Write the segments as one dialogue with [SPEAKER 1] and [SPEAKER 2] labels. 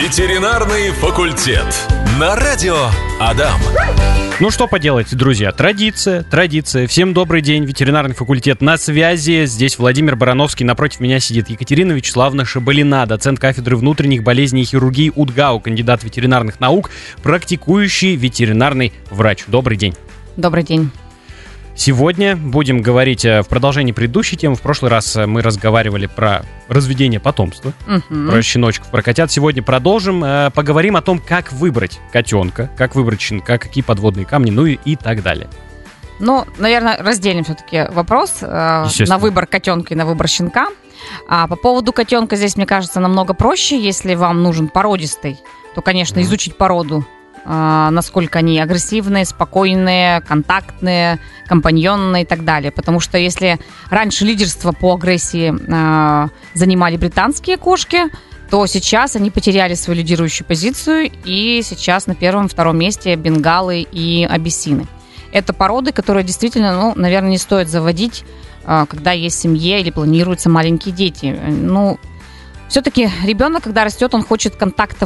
[SPEAKER 1] Ветеринарный факультет. На радио Адам.
[SPEAKER 2] Ну что поделать, друзья, традиция. Всем добрый день, ветеринарный факультет на связи. Здесь Владимир Барановский, напротив меня сидит Екатерина Вячеславовна Шабалина, доцент кафедры внутренних болезней и хирургии УДГАУ, кандидат ветеринарных наук, практикующий ветеринарный врач. Добрый день.
[SPEAKER 3] Добрый день.
[SPEAKER 2] Сегодня будем говорить в продолжении предыдущей темы. В прошлый раз мы разговаривали про разведение потомства, про щеночков, про котят. Сегодня продолжим. Поговорим о том, как выбрать котенка, как выбрать щенка, какие подводные камни, ну и так далее.
[SPEAKER 3] Ну, наверное, разделим все-таки вопрос на выбор котенка и на выбор щенка. По поводу котенка здесь, мне кажется, намного проще. Если вам нужен породистый, то, конечно, изучить породу, насколько они агрессивные, спокойные, контактные, компаньонные и так далее. Потому что если раньше лидерство по агрессии занимали британские кошки, то сейчас они потеряли свою лидирующую позицию, и сейчас на первом-втором месте бенгалы и абиссины. Это породы, которые действительно, наверное, не стоит заводить, когда есть в семье или планируются маленькие дети. Все-таки ребенок, когда растет, он хочет контакта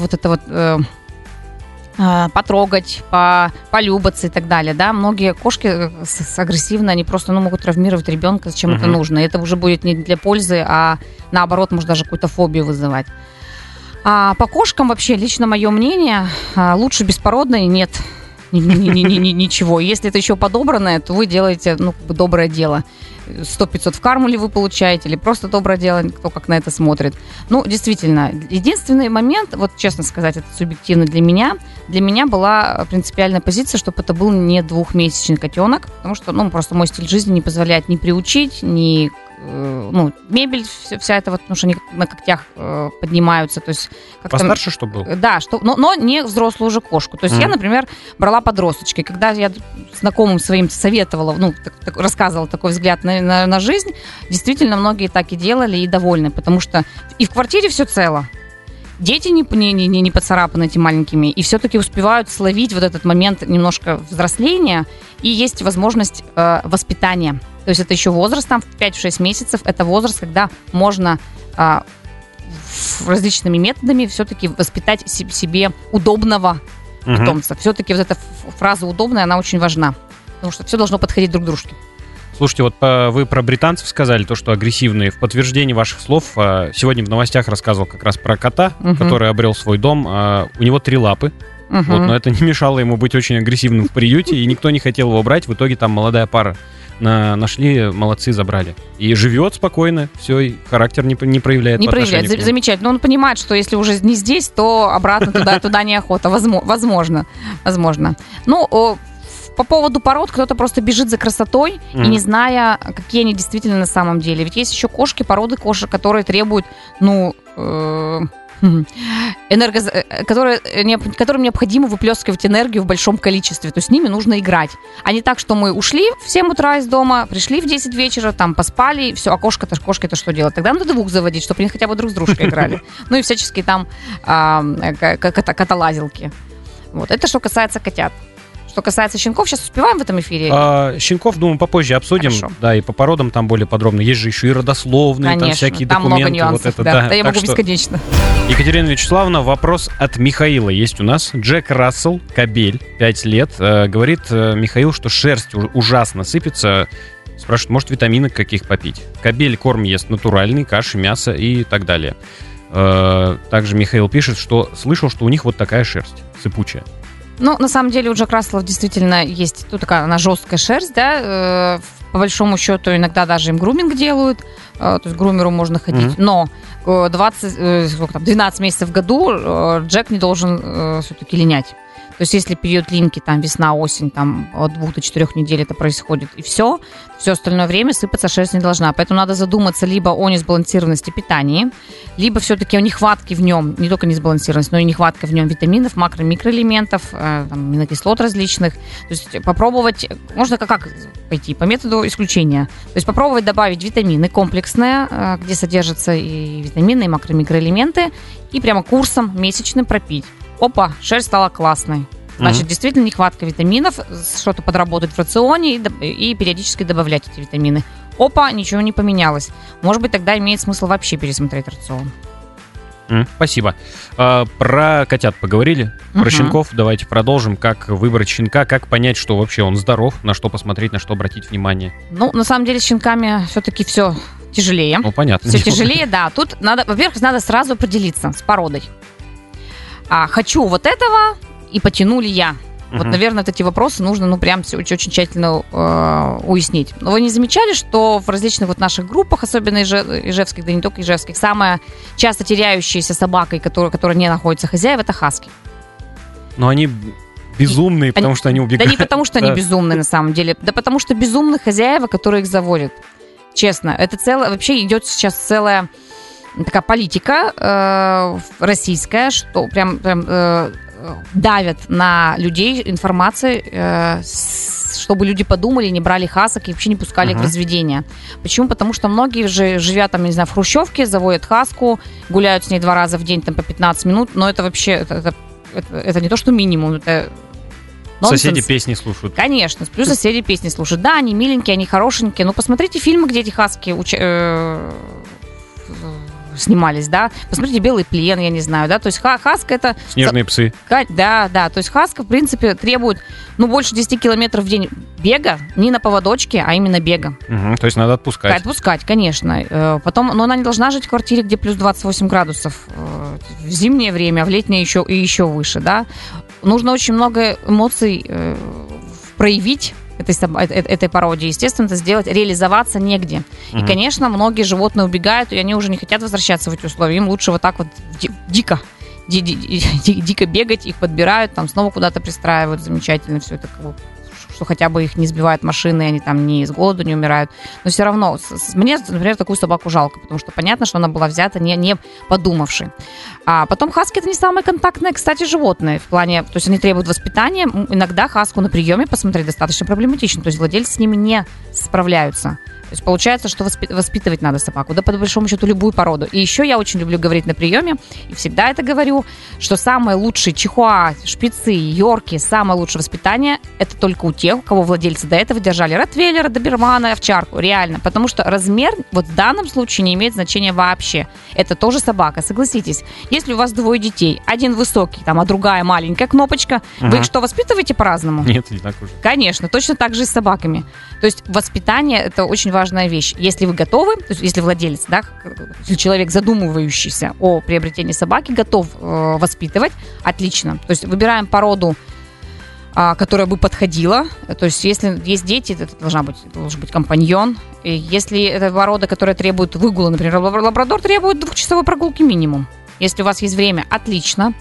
[SPEAKER 3] потрогать, полюбаться и так далее, да. Многие кошки агрессивные, они просто могут травмировать ребенка, зачем это нужно. Это уже будет не для пользы, а наоборот, может даже какую-то фобию вызывать. А по кошкам вообще, лично мое мнение, лучше беспородной нет ничего. Если это еще подобранное, то вы делаете доброе дело. 100-500 в карму ли вы получаете, или просто доброе дело, кто как на это смотрит. Действительно, единственный момент, честно сказать, это субъективно для меня была принципиальная позиция, чтобы это был не двухмесячный котенок, потому что, просто мой стиль жизни не позволяет ни приучить, ни мебель вся эта потому что они на когтях поднимаются. То есть
[SPEAKER 2] постарше, что был? Да,
[SPEAKER 3] но не взрослую уже кошку. То есть я, например, брала подросточки. Когда я знакомым своим советовала, рассказывала такой взгляд на жизнь, действительно многие так и делали и довольны, потому что и в квартире все цело. Дети не поцарапаны этими маленькими, и все-таки успевают словить этот момент немножко взросления, и есть возможность воспитания. То есть это еще возраст, там, в 5-6 месяцев, это возраст, когда можно различными методами все-таки воспитать себе удобного питомца. Все-таки эта фраза «удобная», она очень важна, потому что все должно подходить друг к дружке.
[SPEAKER 2] Слушайте, вы про британцев сказали, то, что агрессивные. В подтверждение ваших слов, сегодня в новостях рассказывал как раз про кота, который обрел свой дом. У него 3 лапы. Но это не мешало ему быть очень агрессивным в приюте, и никто не хотел его брать. В итоге там молодая пара нашли, молодцы, забрали. И живет спокойно, все, и характер не проявляет.
[SPEAKER 3] Не проявляет, замечательно. Он понимает, что если уже не здесь, то обратно туда неохота. Возможно. По поводу пород, кто-то просто бежит за красотой и не зная, какие они действительно на самом деле. Ведь есть еще породы кошек, которые требуют, которым необходимо выплескивать энергию в большом количестве. То есть с ними нужно играть. А не так, что мы ушли в 7 утра из дома, пришли в 10 вечера, там поспали, и все, а кошка-то что делать? Тогда надо 2 заводить, чтобы они хотя бы друг с дружкой играли. И всяческие там котолазилки. Это что касается котят. Что касается щенков, сейчас успеваем в этом эфире?
[SPEAKER 2] Щенков, думаю, попозже обсудим. Хорошо. Да, и по породам там более подробно. Есть же еще и родословные,
[SPEAKER 3] конечно,
[SPEAKER 2] там всякие
[SPEAKER 3] там
[SPEAKER 2] документы.
[SPEAKER 3] Много нюансов, да, я могу бесконечно.
[SPEAKER 2] Екатерина Вячеславовна, вопрос от Михаила есть у нас. Джек Рассел, кобель, 5 лет. Говорит Михаил, что шерсть ужасно сыпется. Спрашивает, может, витамины каких попить? Кобель корм ест натуральный, каши, мясо и так далее. Также Михаил пишет, что слышал, что у них такая шерсть сыпучая.
[SPEAKER 3] На самом деле у Джек Расселов действительно есть такая, она жесткая шерсть, да, по большому счету иногда даже им груминг делают, то есть к грумеру можно ходить, но 12 месяцев в году Джек не должен все-таки линять. То есть если период линьки, там весна, осень, там от 2 до 4 недель это происходит, и все остальное время сыпаться шерсть не должна. Поэтому надо задуматься либо о несбалансированности питания, либо все-таки о нехватке в нем, не только несбалансированность, но и нехватка в нем витаминов, макро- и микроэлементов, аминокислот различных. То есть попробовать, можно как пойти, по методу исключения. То есть попробовать добавить витамины комплексные, где содержатся и витамины, и макро- и микроэлементы, и прямо курсом месячным пропить. Опа, шерсть стала классной. Значит, действительно нехватка витаминов, что-то подработать в рационе и периодически добавлять эти витамины. Опа, ничего не поменялось. Может быть, тогда имеет смысл вообще пересмотреть рацион.
[SPEAKER 2] Спасибо. Про котят поговорили, про щенков давайте продолжим. Как выбрать щенка, как понять, что вообще он здоров, на что посмотреть, на что обратить внимание.
[SPEAKER 3] Ну, на самом деле, с щенками все-таки все тяжелее.
[SPEAKER 2] Ну, понятно.
[SPEAKER 3] Все тяжелее, да. Тут надо, во-первых, надо сразу определиться с породой. Хочу вот этого, и потяну ли я? Вот, наверное, эти вопросы нужно, прям очень тщательно уяснить. Но вы не замечали, что в различных вот наших группах, особенно ижевских, да не только ижевских, самая часто теряющаяся собакой, которая не находится хозяева, это хаски.
[SPEAKER 2] Но они безумные, потому что они убегают.
[SPEAKER 3] Да не потому, что они безумные на самом деле, да потому что безумные хозяева, которые их заводят. Честно, это вообще идет сейчас целая такая политика российская, что прям давят на людей информацией, чтобы люди подумали, не брали хасок и вообще не пускали их в разведение. Почему? Потому что многие же, живя там, не знаю, в хрущевке, заводят хаску, гуляют с ней 2 раза в день там по 15 минут, но это вообще, это не то, что минимум, это нонсенс.
[SPEAKER 2] Соседи песни слушают.
[SPEAKER 3] Конечно, плюс соседи песни слушают. Да, они миленькие, они хорошенькие, но посмотрите фильмы, где эти хаски снимались, да, посмотрите «Белый плен», я не знаю, да, то есть хаска это...
[SPEAKER 2] Снежные псы.
[SPEAKER 3] Да, то есть хаска, в принципе, требует, больше 10 километров в день бега, не на поводочке, а именно бега.
[SPEAKER 2] То есть надо отпускать.
[SPEAKER 3] Отпускать, конечно. Потом, но она не должна жить в квартире, где плюс 28 градусов в зимнее время, а в летнее еще выше, да. Нужно очень много эмоций проявить этой породе. Естественно, это сделать, реализоваться негде. И, конечно, многие животные убегают, и они уже не хотят возвращаться в эти условия. Им лучше вот так вот дико бегать, их подбирают, там снова куда-то пристраивают. Замечательно все это, что хотя бы их не сбивают машины, они там ни с голоду не умирают. Но все равно, мне, например, такую собаку жалко, потому что понятно, что она была взята не подумавши. А потом хаски — это не самые контактные, кстати, животные в плане, то есть они требуют воспитания. Иногда хаску на приеме посмотреть достаточно проблематично, то есть владельцы с ними не справляются. То есть получается, что воспитывать надо собаку, да, по большому счету, любую породу. И еще я очень люблю говорить на приеме, и всегда это говорю, что самые лучшие чихуа, шпицы, йорки, самое лучшее воспитание — это только у тех, у кого владельцы до этого держали ротвейлера, добермана, овчарку, реально. Потому что размер вот в данном случае не имеет значения вообще. Это тоже собака, согласитесь. Если у вас 2 детей, один высокий, там, а другая маленькая кнопочка, вы их что, воспитываете по-разному?
[SPEAKER 2] Нет, не так уже.
[SPEAKER 3] Конечно, точно так же и с собаками. То есть воспитание — это очень важная вещь. Если вы готовы, то есть если владелец, да, если человек, задумывающийся о приобретении собаки, готов воспитывать, отлично. То есть выбираем породу, которая бы подходила. То есть если есть дети, это должен быть компаньон. И если это порода, которая требует выгула, например, лабрадор требует 2-часовой прогулки минимум. Если у вас есть время, отлично.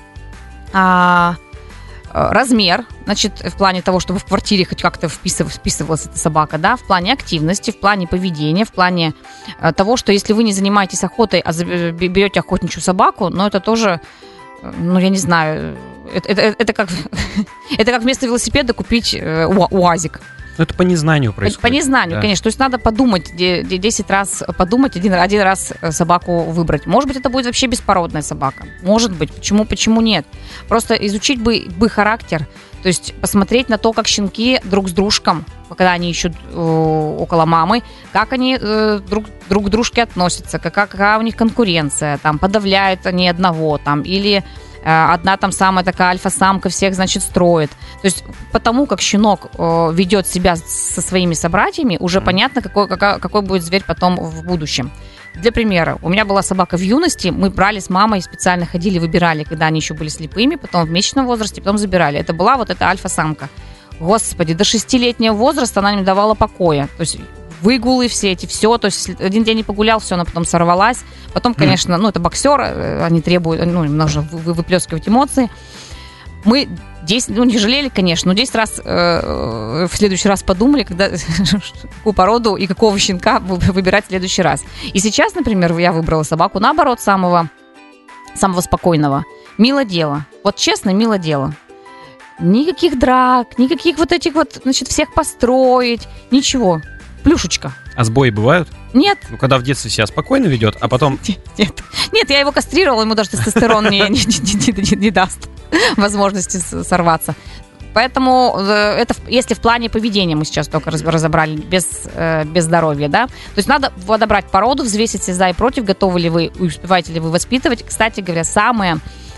[SPEAKER 3] Размер, значит, в плане того, чтобы в квартире хоть как-то вписывалась эта собака, да, в плане активности, в плане поведения, в плане того, что если вы не занимаетесь охотой, а берете охотничью собаку, но это тоже, я не знаю, это как вместо велосипеда купить УАЗик.
[SPEAKER 2] Это по незнанию происходит.
[SPEAKER 3] По незнанию, да. Конечно. То есть надо подумать, 10 раз подумать, один раз собаку выбрать. Может быть, это будет вообще беспородная собака. Может быть. Почему нет? Просто изучить бы характер. То есть посмотреть на то, как щенки друг с дружком, когда они ищут около мамы, как они друг к дружке относятся, какая у них конкуренция, там, подавляют они одного, там, или... Одна там самая такая альфа-самка всех, значит, строит. То есть потому, как щенок ведет себя со своими собратьями, уже понятно, какой будет зверь потом в будущем. Для примера, у меня была собака в юности, мы брали с мамой, специально ходили, выбирали, когда они еще были слепыми, потом в месячном возрасте, потом забирали. Это была вот эта альфа-самка. Господи, до 6-летнего возраста она не давала покоя. То есть выгулы все эти, все. То есть один день не погулял, все, она потом сорвалась. Потом, конечно, это боксеры, они требуют, нужно выплескивать эмоции. Мы 10, не жалели, конечно, но 10 раз в следующий раз подумали, какую породу и какого щенка выбирать в следующий раз. И сейчас, например, я выбрала собаку, наоборот, самого спокойного. Мило дело. Вот честно, мило дело. Никаких драк, никаких вот этих вот, значит, всех построить, ничего. Плюшечка.
[SPEAKER 2] А сбои бывают?
[SPEAKER 3] Нет.
[SPEAKER 2] Когда в детстве себя спокойно ведет, а потом...
[SPEAKER 3] Нет, я его кастрировала, ему даже тестостерон не даст возможности сорваться. Поэтому это, если в плане поведения мы сейчас только разобрали, без здоровья, да, то есть надо подобрать породу, взвесить все за и против, готовы ли вы, успеваете ли вы воспитывать. Кстати говоря, самые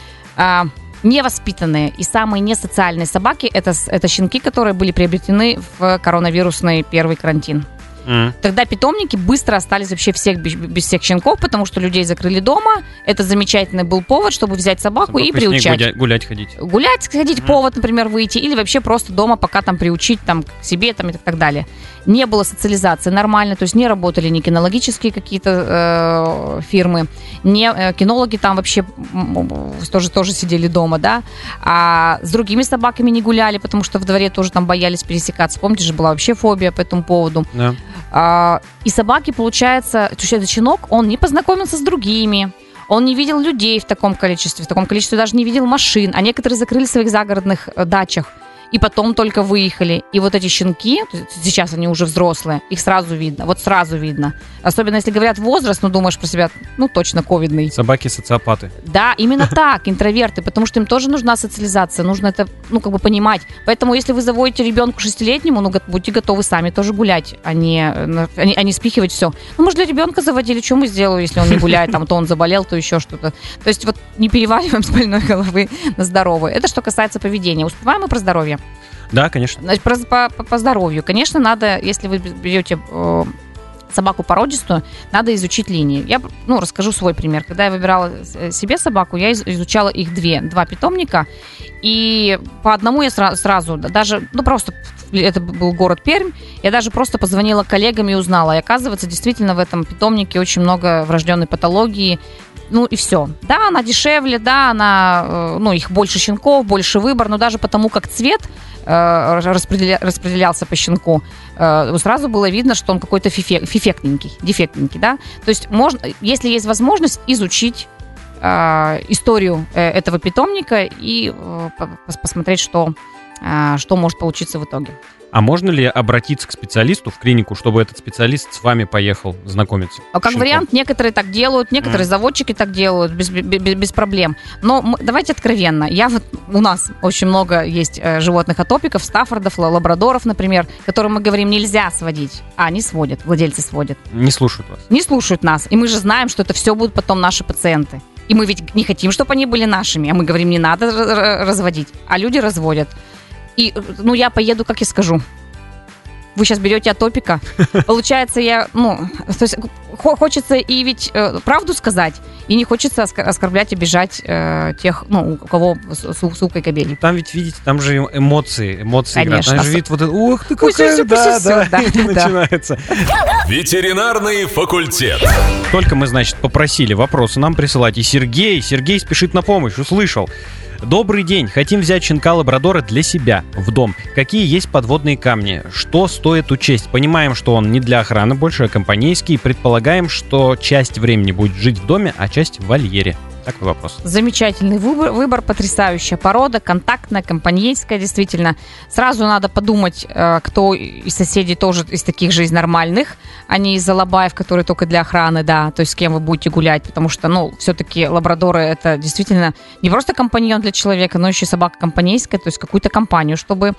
[SPEAKER 3] невоспитанные и самые несоциальные собаки это щенки, которые были приобретены в коронавирусный первый карантин. Тогда питомники быстро остались вообще без всех щенков, потому что людей закрыли дома. Это замечательный был повод, чтобы взять собаку и приучать.
[SPEAKER 2] Гулять ходить.
[SPEAKER 3] Гулять ходить, повод, например, выйти, или вообще просто дома пока там приучить там, к себе там, и так далее. Не было социализации нормально, то есть не работали ни кинологические какие-то фирмы, не кинологи там вообще тоже сидели дома, да, а с другими собаками не гуляли, потому что в дворе тоже там боялись пересекаться. Помните же, была вообще фобия по этому поводу.
[SPEAKER 2] Да.
[SPEAKER 3] И собаки, получается, этот щенок, он не познакомился с другими, он не видел людей в таком количестве даже не видел машин, а некоторые закрыли в своих загородных дачах. И потом только выехали. И вот эти щенки, сейчас они уже взрослые, их сразу видно. Вот сразу видно. Особенно если говорят возраст, думаешь про себя, точно ковидный.
[SPEAKER 2] Собаки-социопаты.
[SPEAKER 3] Да, именно так, интроверты, потому что им тоже нужна социализация, нужно это, понимать. Поэтому если вы заводите ребенку 6-летнему, будьте готовы сами тоже гулять, а не спихивать все. Может, для ребенка заводили, что мы сделаем, если он не гуляет, то он заболел, то еще что-то. То есть не переваливаем с больной головы на здоровую. Это что касается поведения. Успеваем мы про здоровье?
[SPEAKER 2] Да, конечно.
[SPEAKER 3] Значит, по здоровью. Конечно, надо, если вы берете собаку породистую, надо изучить линии. Я расскажу свой пример. Когда я выбирала себе собаку, я изучала их два питомника, и по одному я сразу, даже, просто это был город Пермь, я даже просто позвонила коллегам и узнала. И оказывается, действительно в этом питомнике очень много врожденной патологии. И все. Да, она дешевле, да, она, их больше щенков, больше выбор, но даже потому, как цвет распределялся по щенку, сразу было видно, что он какой-то дефектненький, да. То есть если есть возможность, изучить историю этого питомника и посмотреть, что может получиться в итоге.
[SPEAKER 2] А можно ли обратиться к специалисту в клинику, чтобы этот специалист с вами поехал знакомиться?
[SPEAKER 3] Как вариант, некоторые так делают, некоторые заводчики так делают, без проблем. Но давайте откровенно. У нас очень много есть животных атопиков, стаффордов, лабрадоров, например, которым мы говорим, нельзя сводить. А они сводят, владельцы сводят.
[SPEAKER 2] Не слушают вас.
[SPEAKER 3] Не слушают нас. И мы же знаем, что это все будут потом наши пациенты. И мы ведь не хотим, чтобы они были нашими. А мы говорим, не надо разводить. А люди разводят. И, я поеду, как я скажу. Вы сейчас берете атопика. Получается, то есть хочется и ведь правду сказать, и не хочется оскорблять, обижать тех, у кого сука и кобель.
[SPEAKER 2] Там ведь, видите, там же эмоции играют. Там же вид ух ты
[SPEAKER 3] какая, да.
[SPEAKER 2] Начинается.
[SPEAKER 1] Ветеринарный факультет.
[SPEAKER 2] Только мы, попросили вопросы нам присылать, и Сергей спешит на помощь, услышал. Добрый день. Хотим взять щенка-лабрадора для себя в дом. Какие есть подводные камни? Что стоит учесть? Понимаем, что он не для охраны больше, а компанейский. Предполагаем, что часть времени будет жить в доме, а часть в вольере. Такой вопрос.
[SPEAKER 3] Замечательный выбор, потрясающая порода, контактная, компанейская, действительно. Сразу надо подумать, кто из соседей тоже из таких же из нормальных, а не из алабаев, которые только для охраны, да, то есть с кем вы будете гулять, потому что, все-таки лабрадоры это действительно не просто компаньон для человека, но еще и собака компанейская, то есть какую-то компанию, чтобы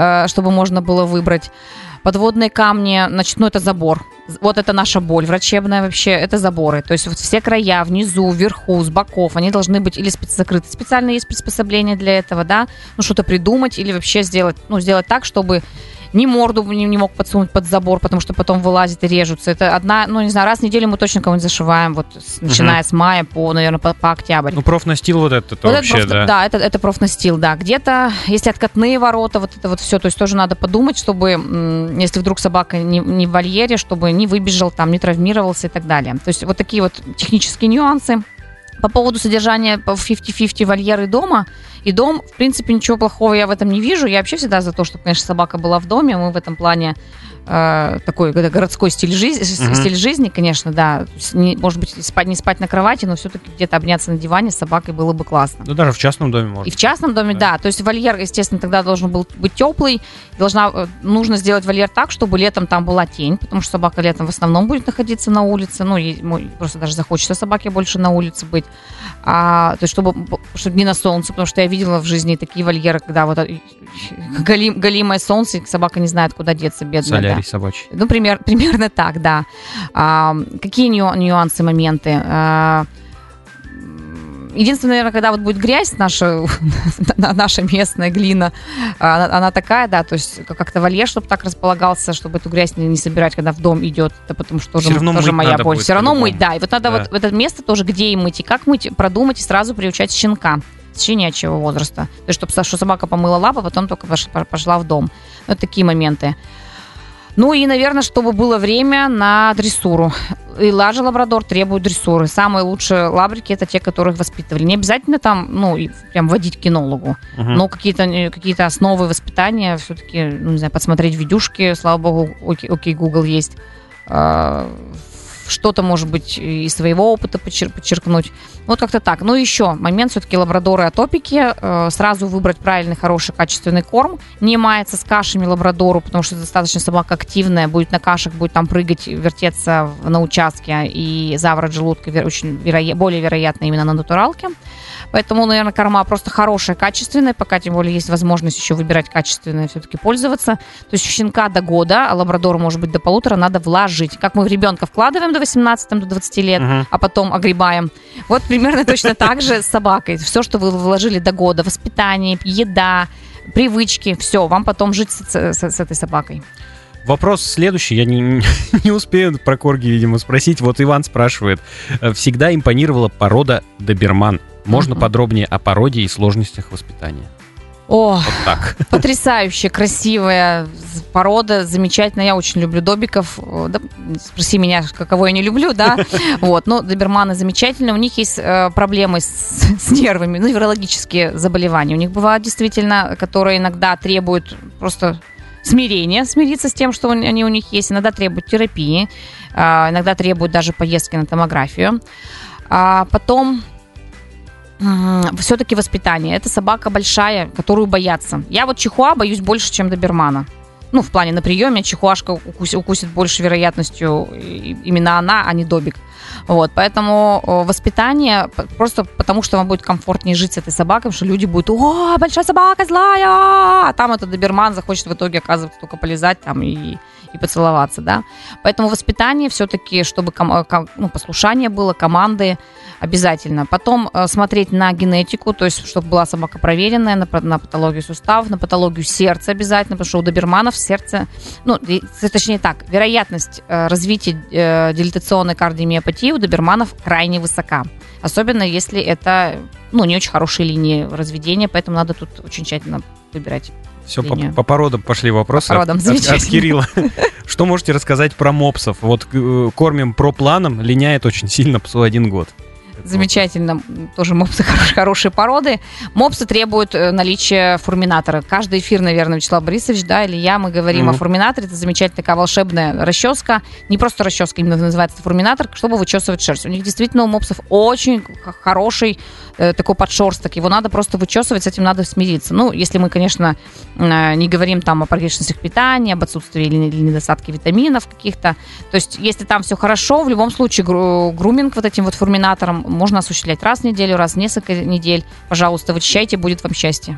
[SPEAKER 3] можно было выбрать. Подводные камни, это забор. Вот это наша боль врачебная вообще, это заборы. То есть все края, внизу, вверху, с боков, они должны быть или закрыты. Специально есть приспособления для этого, да, что-то придумать или вообще сделать так, чтобы ни морду не мог подсунуть под забор, потому что потом вылазит и режутся. Это раз в неделю мы точно кого-нибудь зашиваем, начиная с мая наверное, по октябрь.
[SPEAKER 2] Профнастил вообще, да.
[SPEAKER 3] Да, это профнастил, да. Где-то, если откатные ворота, это все, то есть тоже надо подумать, чтобы, если вдруг собака не в вольере, чтобы не выбежал там, не травмировался и так далее. То есть такие технические нюансы. По поводу содержания 50-50 вольера и дома. И дом, в принципе, ничего плохого я в этом не вижу. Я вообще всегда за то, чтобы, конечно, собака была в доме. Мы в этом плане такой городской стиль жизни, конечно, да. Может быть, не спать на кровати, но все-таки где-то обняться на диване с собакой было бы классно.
[SPEAKER 2] Да, даже в частном доме можно.
[SPEAKER 3] И в частном доме, да. То есть вольер, естественно, тогда должен был быть теплый. Нужно сделать вольер так, чтобы летом там была тень, потому что собака летом в основном будет находиться на улице. Просто даже захочется собаке больше на улице быть. То есть, чтобы не на солнце, потому что я видела в жизни такие вольеры, когда голимое солнце, и собака не знает, куда деться, бедная.
[SPEAKER 2] Солярий собачий.
[SPEAKER 3] Ну, примерно так, да. Какие нюансы, моменты? Единственное, наверное, когда вот будет грязь, наша местная глина, она такая, да, то есть как-то вольер, чтобы так располагался, чтобы эту грязь не собирать, когда в дом идет, это потому что тоже моя боль. Все равно мыть, да. И вот надо вот это место тоже, где им мыть, и как мыть, продумать и сразу приучать щенка с щенячьего возраста. То есть, чтобы собака помыла лапы, потом только пошла в дом. Вот такие моменты. Ну и, наверное, чтобы было время на дрессуру. И лажа лабрадор требует дрессуры. Самые лучшие лабрики — это те, которых воспитывали. Не обязательно там, прям водить к кинологу. Но какие-то основы воспитания все-таки, не знаю, подсмотреть видюшки. Слава богу, окей, Google есть. Что-то, может быть, из своего опыта подчеркнуть. Вот как-то так. Ну, еще момент, все-таки лабрадоры атопики. Сразу выбрать правильный, хороший, качественный корм. Не маяться с кашами лабрадору, потому что достаточно собака активная, будет на кашах, будет там прыгать, вертеться на участке, и заворот желудка более вероятно именно на натуралке. Поэтому, наверное, корма просто хорошая, качественная, пока тем более есть возможность еще выбирать качественное, все-таки пользоваться. То есть щенка до года, а лабрадору может быть до 1,5, надо вложить. Как мы в ребенка вкладываем до 18, до 20 лет, а потом огребаем. Вот примерно точно так же с собакой. Все, что вы вложили до года, воспитание, еда, привычки, все, вам потом жить с этой собакой.
[SPEAKER 2] Вопрос следующий, я не успею про корги, видимо, спросить. Вот Иван спрашивает. Всегда импонировала порода доберман. Можно подробнее о породе и сложностях воспитания?
[SPEAKER 3] О,
[SPEAKER 2] вот так.
[SPEAKER 3] Потрясающая, красивая порода, замечательная. Я очень люблю добиков. Да, спроси меня, кого я не люблю, да. Вот, но доберманы замечательные. У них есть проблемы с нервами, неврологические заболевания. У них бывают действительно, которые иногда требуют просто смириться с тем, что они у них есть. Иногда требуют терапии, иногда требуют даже поездки на томографию. А потом все-таки воспитание. Это собака большая, которую боятся. Я вот чихуа боюсь больше, чем добермана. В плане на приеме чихуашка укусит больше вероятностью именно она, а не добик. Вот, поэтому воспитание просто потому, что вам будет комфортнее жить с этой собакой, потому что люди будут: о, большая собака злая, а там этот доберман захочет в итоге, оказывается, только полизать там и поцеловаться, да. Поэтому воспитание все-таки, чтобы послушание было, команды обязательно. Потом смотреть на генетику, то есть чтобы была собака проверенная, на патологию суставов, на патологию сердца обязательно, потому что у доберманов сердце, точнее так, вероятность развития дилатационной кардиомиопатии у доберманов крайне высока. Особенно если это, не очень хорошие линии разведения, поэтому надо тут очень тщательно выбирать.
[SPEAKER 2] Все, по породам пошли вопросы.
[SPEAKER 3] По породам,
[SPEAKER 2] от Кирилла. Что можете рассказать про мопсов? Вот кормим пропланом, линяет очень сильно псу 1 год.
[SPEAKER 3] Замечательно. Тоже мопсы хорошие породы. Мопсы требуют наличия фурминатора. Каждый эфир, наверное, Вячеслав Борисович, да, или я, мы говорим о фурминаторе. Это замечательная такая волшебная расческа. Не просто расческа, именно называется фурминатор, чтобы вычесывать шерсть. У них действительно у мопсов очень хороший такой подшерсток. Его надо просто вычесывать, с этим надо смириться. Если мы, конечно, не говорим там о погрешностях питания, об отсутствии или недостатке витаминов каких-то. То есть, если там все хорошо, в любом случае груминг вот этим вот фурминатором можно осуществлять раз в неделю, раз в несколько недель. Пожалуйста, вычищайте, будет вам счастье.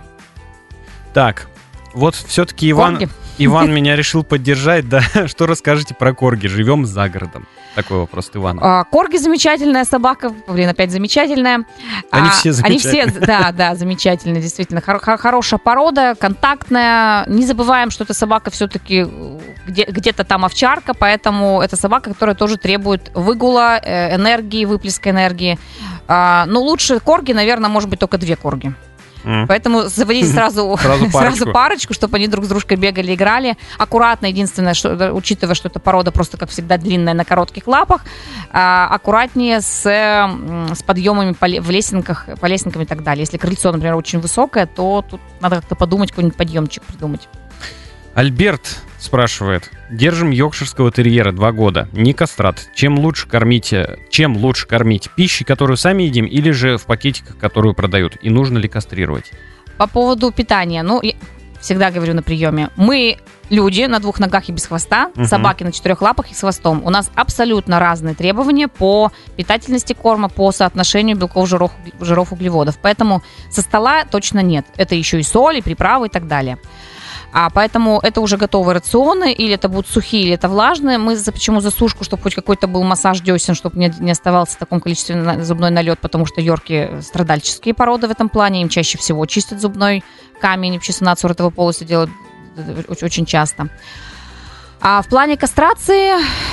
[SPEAKER 2] Так, вот все-таки Иван меня решил поддержать, да. Что расскажете про корги? Живем за городом. Такой вопрос от Ивана.
[SPEAKER 3] Корги замечательная собака. Опять замечательная.
[SPEAKER 2] Они все замечательные.
[SPEAKER 3] Они все, да, замечательные, действительно. Хорошая порода, контактная. Не забываем, что эта собака все-таки где-то там овчарка, поэтому это собака, которая тоже требует выгула, энергии, выплеска энергии. Но лучше корги, наверное, может быть только 2 корги. Поэтому заводите сразу парочку, чтобы они друг с дружкой бегали, играли. Аккуратно, единственное, что, учитывая, что эта порода просто, как всегда, длинная на коротких лапах, аккуратнее с подъемами по лесенкам и так далее. Если крыльцо, например, очень высокое, то тут надо как-то подумать, какой-нибудь подъемчик придумать.
[SPEAKER 2] Альберт спрашивает. Держим йоркширского терьера 2 года. Не кастрат. Чем лучше кормить пищей, которую сами едим, или же в пакетиках, которую продают? И нужно ли кастрировать?
[SPEAKER 3] По поводу питания. всегда говорю на приеме, мы люди на 2 ногах и без хвоста, собаки на 4 лапах и с хвостом. У нас абсолютно разные требования по питательности корма, по соотношению белков, жиров, углеводов. Поэтому со стола точно нет. Это еще и соль, и приправы и так далее. Поэтому это уже готовые рационы, или это будут сухие, или это влажные. Мы почему за сушку, чтобы хоть какой-то был массаж десен, чтобы не оставался в таком количестве зубной налет, потому что йорки страдальческие породы в этом плане, им чаще всего чистят зубной камень, вообще санацию ротовой полости делают очень часто. А в плане кастрации,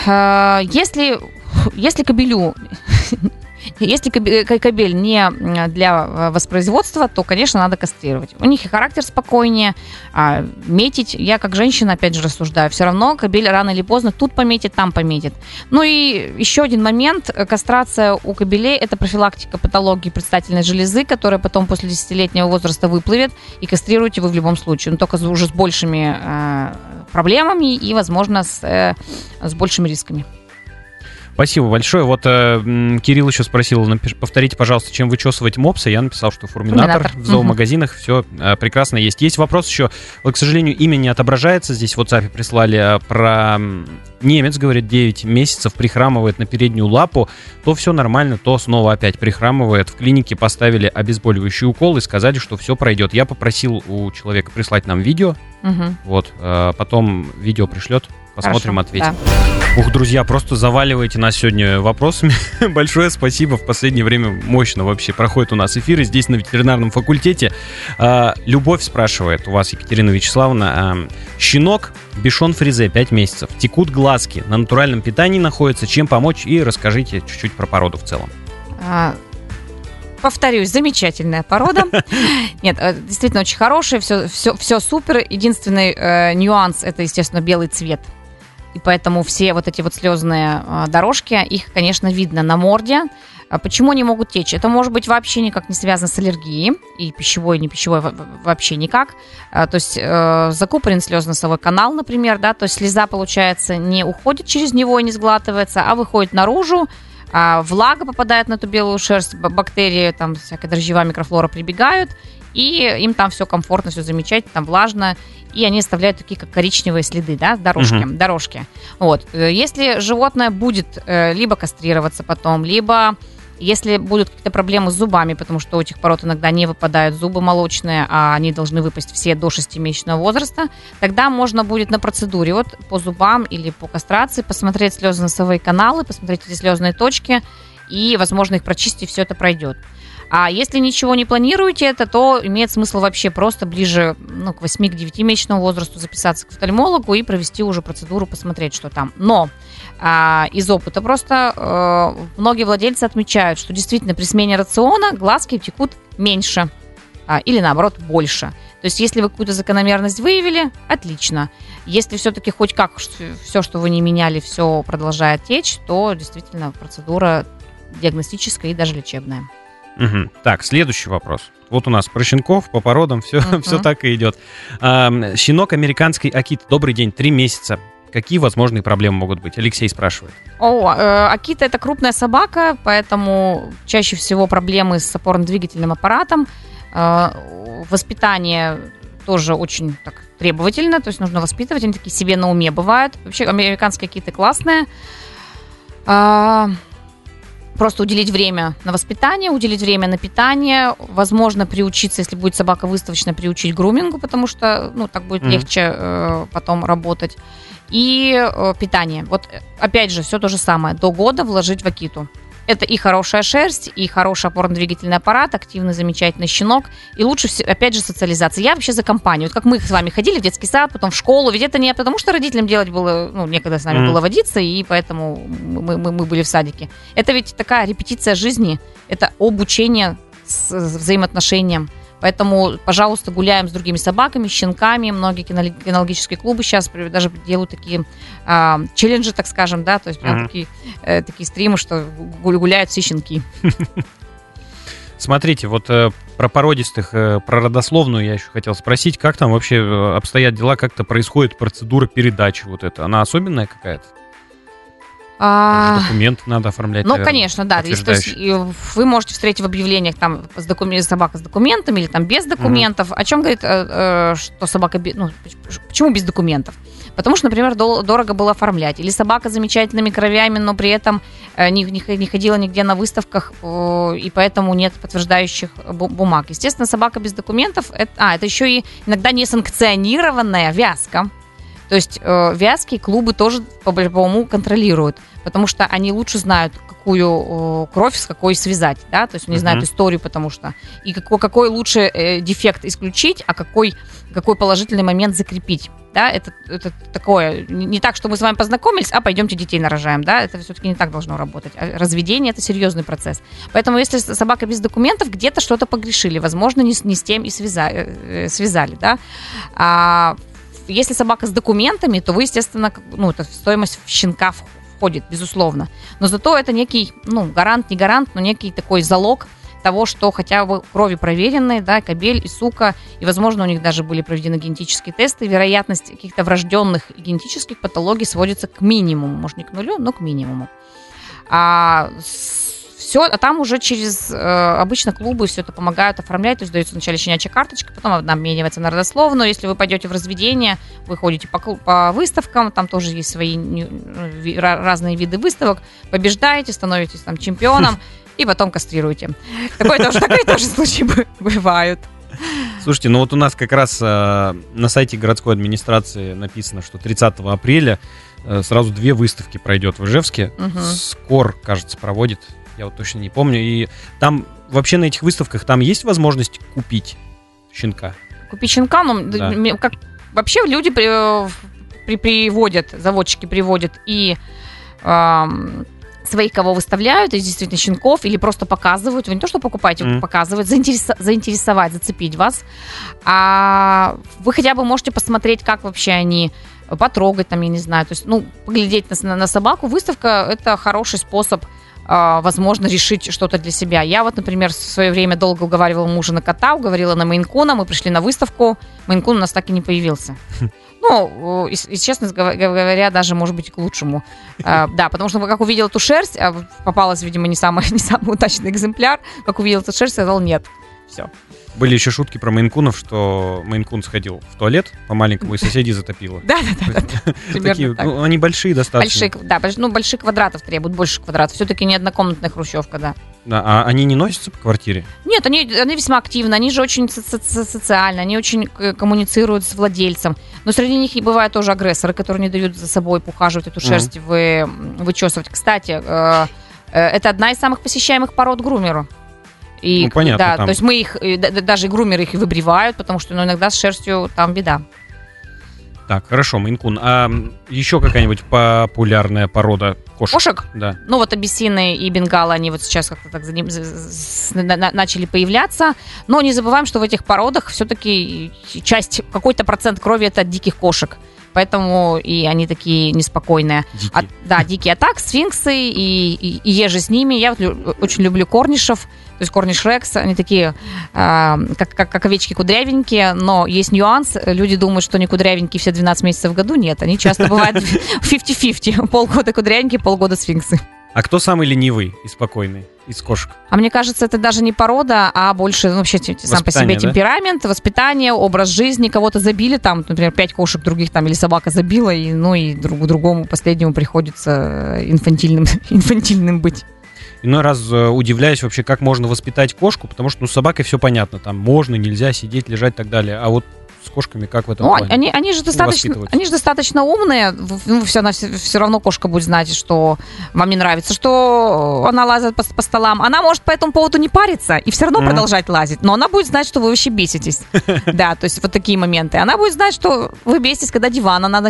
[SPEAKER 3] если кобелю... Если кобель не для воспроизводства, то, конечно, надо кастрировать. У них и характер спокойнее, метить. Я как женщина, опять же, рассуждаю. Все равно кобель рано или поздно тут пометит, там пометит. Ну и еще один момент. Кастрация у кобелей – это профилактика патологии предстательной железы, которая потом после 10-летнего возраста выплывет, и кастрируете вы в любом случае. Но только уже с большими проблемами и, возможно, с большими рисками.
[SPEAKER 2] Спасибо большое. Вот Кирилл еще спросил, повторите, пожалуйста, чем вычесывать мопса. Я написал, что фурминатор. В зоомагазинах все прекрасно есть. Есть вопрос еще, вот, к сожалению, имя не отображается. Здесь в WhatsApp прислали про немец, говорит, 9 месяцев, прихрамывает на переднюю лапу. То все нормально, то снова опять прихрамывает. В клинике поставили обезболивающий укол и сказали, что все пройдет. Я попросил у человека прислать нам видео. Вот, потом видео пришлет. Посмотрим, хорошо, ответим. Да. Ух, друзья, просто заваливаете нас сегодня вопросами. Большое спасибо. В последнее время мощно вообще проходят у нас эфиры здесь на ветеринарном факультете. Любовь спрашивает у вас, Екатерина Вячеславовна. Щенок, бишон фризе, 5 месяцев. Текут глазки. На натуральном питании находится. Чем помочь? И расскажите чуть-чуть про породу в целом.
[SPEAKER 3] Повторюсь, замечательная порода. Нет, действительно очень хорошая, все супер. Единственный нюанс – это, естественно, белый цвет. И поэтому все вот эти вот слезные дорожки, их, конечно, видно на морде. Почему они могут течь? Это может быть вообще никак не связано с аллергией, и пищевой, и не пищевой вообще никак. То есть закупорен слезно-носовой канал, например, да, то есть слеза, получается, не уходит через него и не сглатывается, а выходит наружу. Влага попадает на эту белую шерсть, бактерии, там всякая дрожжевая микрофлора прибегают, и им там все комфортно, все замечательно, там влажно, и они оставляют такие, как коричневые следы, да, дорожки. Вот. Если животное будет либо кастрироваться потом, либо если будут какие-то проблемы с зубами, потому что у этих пород иногда не выпадают зубы молочные, а они должны выпасть все до 6-месячного возраста, тогда можно будет на процедуре вот по зубам или по кастрации посмотреть слезно-носовые каналы, посмотреть эти слезные точки, и, возможно, их прочистить, и все это пройдет. А если ничего не планируете это, то имеет смысл вообще просто ближе к 8-9-месячному возрасту записаться к офтальмологу и провести уже процедуру, посмотреть, что там. Но из опыта просто многие владельцы отмечают, что действительно при смене рациона глазки текут меньше или наоборот больше. То есть если вы какую-то закономерность выявили, отлично. Если все-таки хоть как все, что вы не меняли, все продолжает течь, то действительно процедура диагностическая и даже лечебная.
[SPEAKER 2] Так, следующий вопрос. Вот у нас про щенков, по породам, все так и идет. Щенок американской Акиты. Добрый день, 3 месяца. Какие возможные проблемы могут быть? Алексей спрашивает.
[SPEAKER 3] Акита – это крупная собака, поэтому чаще всего проблемы с опорно-двигательным аппаратом. Воспитание тоже очень так требовательно, то есть нужно воспитывать. Они такие себе на уме бывают. Вообще американские акиты классные. Просто уделить время на воспитание, уделить время на питание, возможно, приучиться, если будет собака выставочная, приучить к грумингу, потому что, так будет легче потом работать. И питание. Вот, опять же, все то же самое. До года вложить в акиту. Это и хорошая шерсть, и хороший опорно-двигательный аппарат, активный, замечательный щенок. И лучше, опять же, социализация. Я вообще за компанию. Вот как мы с вами ходили в детский сад, потом в школу. Ведь это не потому, что родителям делать было, некогда с нами было водиться, и поэтому мы были в садике. Это ведь такая репетиция жизни. Это обучение с взаимоотношением. Поэтому, пожалуйста, гуляем с другими собаками, щенками. Многие кинологические клубы сейчас даже делают такие челленджи, так скажем, да, то есть прям такие стримы, что гуляют все щенки.
[SPEAKER 2] Смотрите, вот про породистых, про родословную я еще хотел спросить, как там вообще обстоят дела, как-то происходит процедура передачи вот эта? Она особенная какая-то? Документы надо оформлять.
[SPEAKER 3] Ну, конечно, да. То есть, вы можете встретить в объявлениях там собака с документами или там без документов. О чем говорит, что собака... Ну, почему без документов? Потому что, например, дорого было оформлять. Или собака с замечательными кровями, но при этом не ходила нигде на выставках, и поэтому нет подтверждающих бумаг. Естественно, собака без документов... Это еще и иногда несанкционированная вязка. То есть вязки клубы тоже по-любому контролируют, потому что они лучше знают, какую кровь с какой связать, да, то есть они знают историю, потому что и какой лучше дефект исключить, а какой положительный момент закрепить, да, это такое, не так, что мы с вами познакомились, а пойдемте детей нарожаем, да, это все-таки не так должно работать. Разведение – это серьезный процесс. Поэтому если собака без документов, где-то что-то погрешили, возможно, не с тем и связали, да. Если собака с документами, то вы, естественно, это стоимость щенка входит, безусловно. Но зато это некий, гарант, не гарант, но некий такой залог того, что хотя бы крови проверенные, да, кобель и сука, и, возможно, у них даже были проведены генетические тесты, вероятность каких-то врожденных генетических патологий сводится к минимуму. Может, не к нулю, но к минимуму. Все, а там уже через обычно клубы все это помогают оформлять, то есть дается вначале щенячья карточка, потом она обменивается на родословную. Если вы пойдете в разведение, вы ходите по выставкам, там тоже есть свои разные виды выставок, побеждаете, становитесь там чемпионом и потом кастрируете. Такие тоже случаи бывают.
[SPEAKER 2] Слушайте, у нас как раз на сайте городской администрации написано, что 30 апреля сразу 2 выставки пройдет в Ижевске. СКОР, кажется, проводит. Я точно не помню. И там вообще на этих выставках там есть возможность купить щенка?
[SPEAKER 3] Купить щенка? Вообще люди приводят, заводчики приводят и своих, кого выставляют, и действительно щенков, или просто показывают. Вы не то, что покупаете, показывают, заинтересовать, зацепить вас. А вы хотя бы можете посмотреть, как вообще они, потрогать там, я не знаю. То есть, поглядеть на собаку. Выставка – это хороший способ, возможно, решить что-то для себя. Я например, в свое время долго уговаривала мужа на кота, уговорила на мейн-куна, мы пришли на выставку, мейн-кун у нас так и не появился. И, честно говоря, даже, может быть, и к лучшему. Да, потому что, как увидела эту шерсть, попалась, видимо, не самый удачный экземпляр, как увидела эту шерсть, сказал нет. Все.
[SPEAKER 2] Были еще шутки про мейн-кунов, что мейн-кун сходил в туалет по-маленькому и соседей затопило.
[SPEAKER 3] Да.
[SPEAKER 2] Такие, они большие достаточно.
[SPEAKER 3] Больших квадратов требуют, больше квадратов. Все-таки не однокомнатная хрущевка, да.
[SPEAKER 2] Да, а они не носятся по квартире?
[SPEAKER 3] Нет, они весьма активны, они же очень социальны, они очень коммуницируют с владельцем. Но среди них и бывают тоже агрессоры, которые не дают за собой ухаживать, эту шерсть вычесывать. Кстати, это одна из самых посещаемых пород грумеру. И,
[SPEAKER 2] понятно.
[SPEAKER 3] Да,
[SPEAKER 2] там.
[SPEAKER 3] то есть мы их, даже грумеры их и выбривают, потому что иногда с шерстью там беда.
[SPEAKER 2] Так, хорошо, мейн-кун. А еще какая-нибудь популярная порода кошек?
[SPEAKER 3] Кошек?
[SPEAKER 2] Да.
[SPEAKER 3] Абиссины и бенгалы, они сейчас как-то так начали появляться. Но не забываем, что в этих породах все-таки какой-то процент крови это от диких кошек. Поэтому и они такие неспокойные.
[SPEAKER 2] Дикие.
[SPEAKER 3] Дикие. А так, сфинксы и ежи с ними. Я очень люблю корнишев. То есть корниш рекс, они такие, как овечки кудрявенькие, но есть нюанс. Люди думают, что они кудрявенькие все 12 месяцев в году. Нет, они часто бывают 50-50. Полгода кудрявенькие, полгода сфинксы.
[SPEAKER 2] А кто самый ленивый и спокойный из кошек?
[SPEAKER 3] А мне кажется, это даже не порода, а больше вообще сам по себе темперамент, воспитание, образ жизни. Кого-то забили, там, например, 5 кошек других там, или собака забила, и другому последнему приходится инфантильным быть.
[SPEAKER 2] Иной раз удивляюсь вообще, как можно воспитать кошку, потому что с собакой все понятно, там можно, нельзя сидеть, лежать и так далее. А вот с кошками как в этом плане?
[SPEAKER 3] Они же достаточно умные. Все равно кошка будет знать, что вам не нравится, что она лазит по столам. Она может по этому поводу не париться и все равно продолжать лазить. Но она будет знать, что вы вообще беситесь. Да, то есть вот такие моменты. Она будет знать, что вы беситесь, когда диван она,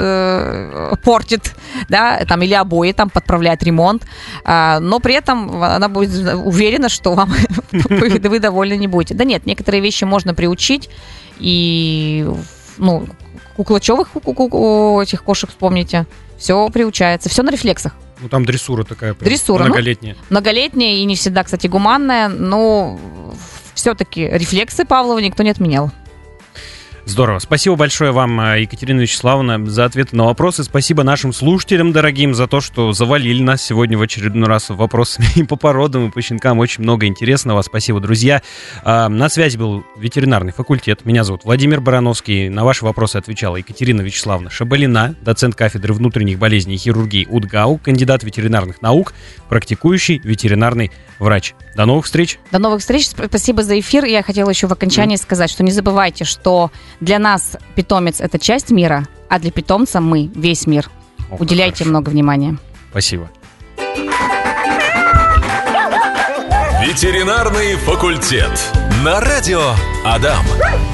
[SPEAKER 3] портит, да, там, или обои там подправляет ремонт. Но при этом она будет уверена, что вы довольны не будете. Да нет, некоторые вещи можно приучить. И, куклачевых этих кошек, вспомните, все приучается, все на рефлексах.
[SPEAKER 2] Там дрессура такая
[SPEAKER 3] многолетняя. Многолетняя и не всегда, кстати, гуманная, но все-таки рефлексы Павлова никто не отменял.
[SPEAKER 2] Здорово. Спасибо большое вам, Екатерина Вячеславовна, за ответы на вопросы. Спасибо нашим слушателям дорогим за то, что завалили нас сегодня в очередной раз вопросами и по породам, и по щенкам. Очень много интересного. Спасибо, друзья. На связи был ветеринарный факультет. Меня зовут Владимир Барановский. На ваши вопросы отвечала Екатерина Вячеславовна Шабалина, доцент кафедры внутренних болезней и хирургии УДГАУ, кандидат ветеринарных наук, практикующий ветеринарный врач. До новых встреч.
[SPEAKER 3] До новых встреч. Спасибо за эфир. Я хотела еще в окончании сказать, что не забывайте, что для нас питомец – это часть мира, а для питомца мы – весь мир. Уделяйте много внимания.
[SPEAKER 2] Спасибо.
[SPEAKER 1] Ветеринарный факультет. На радио Адам.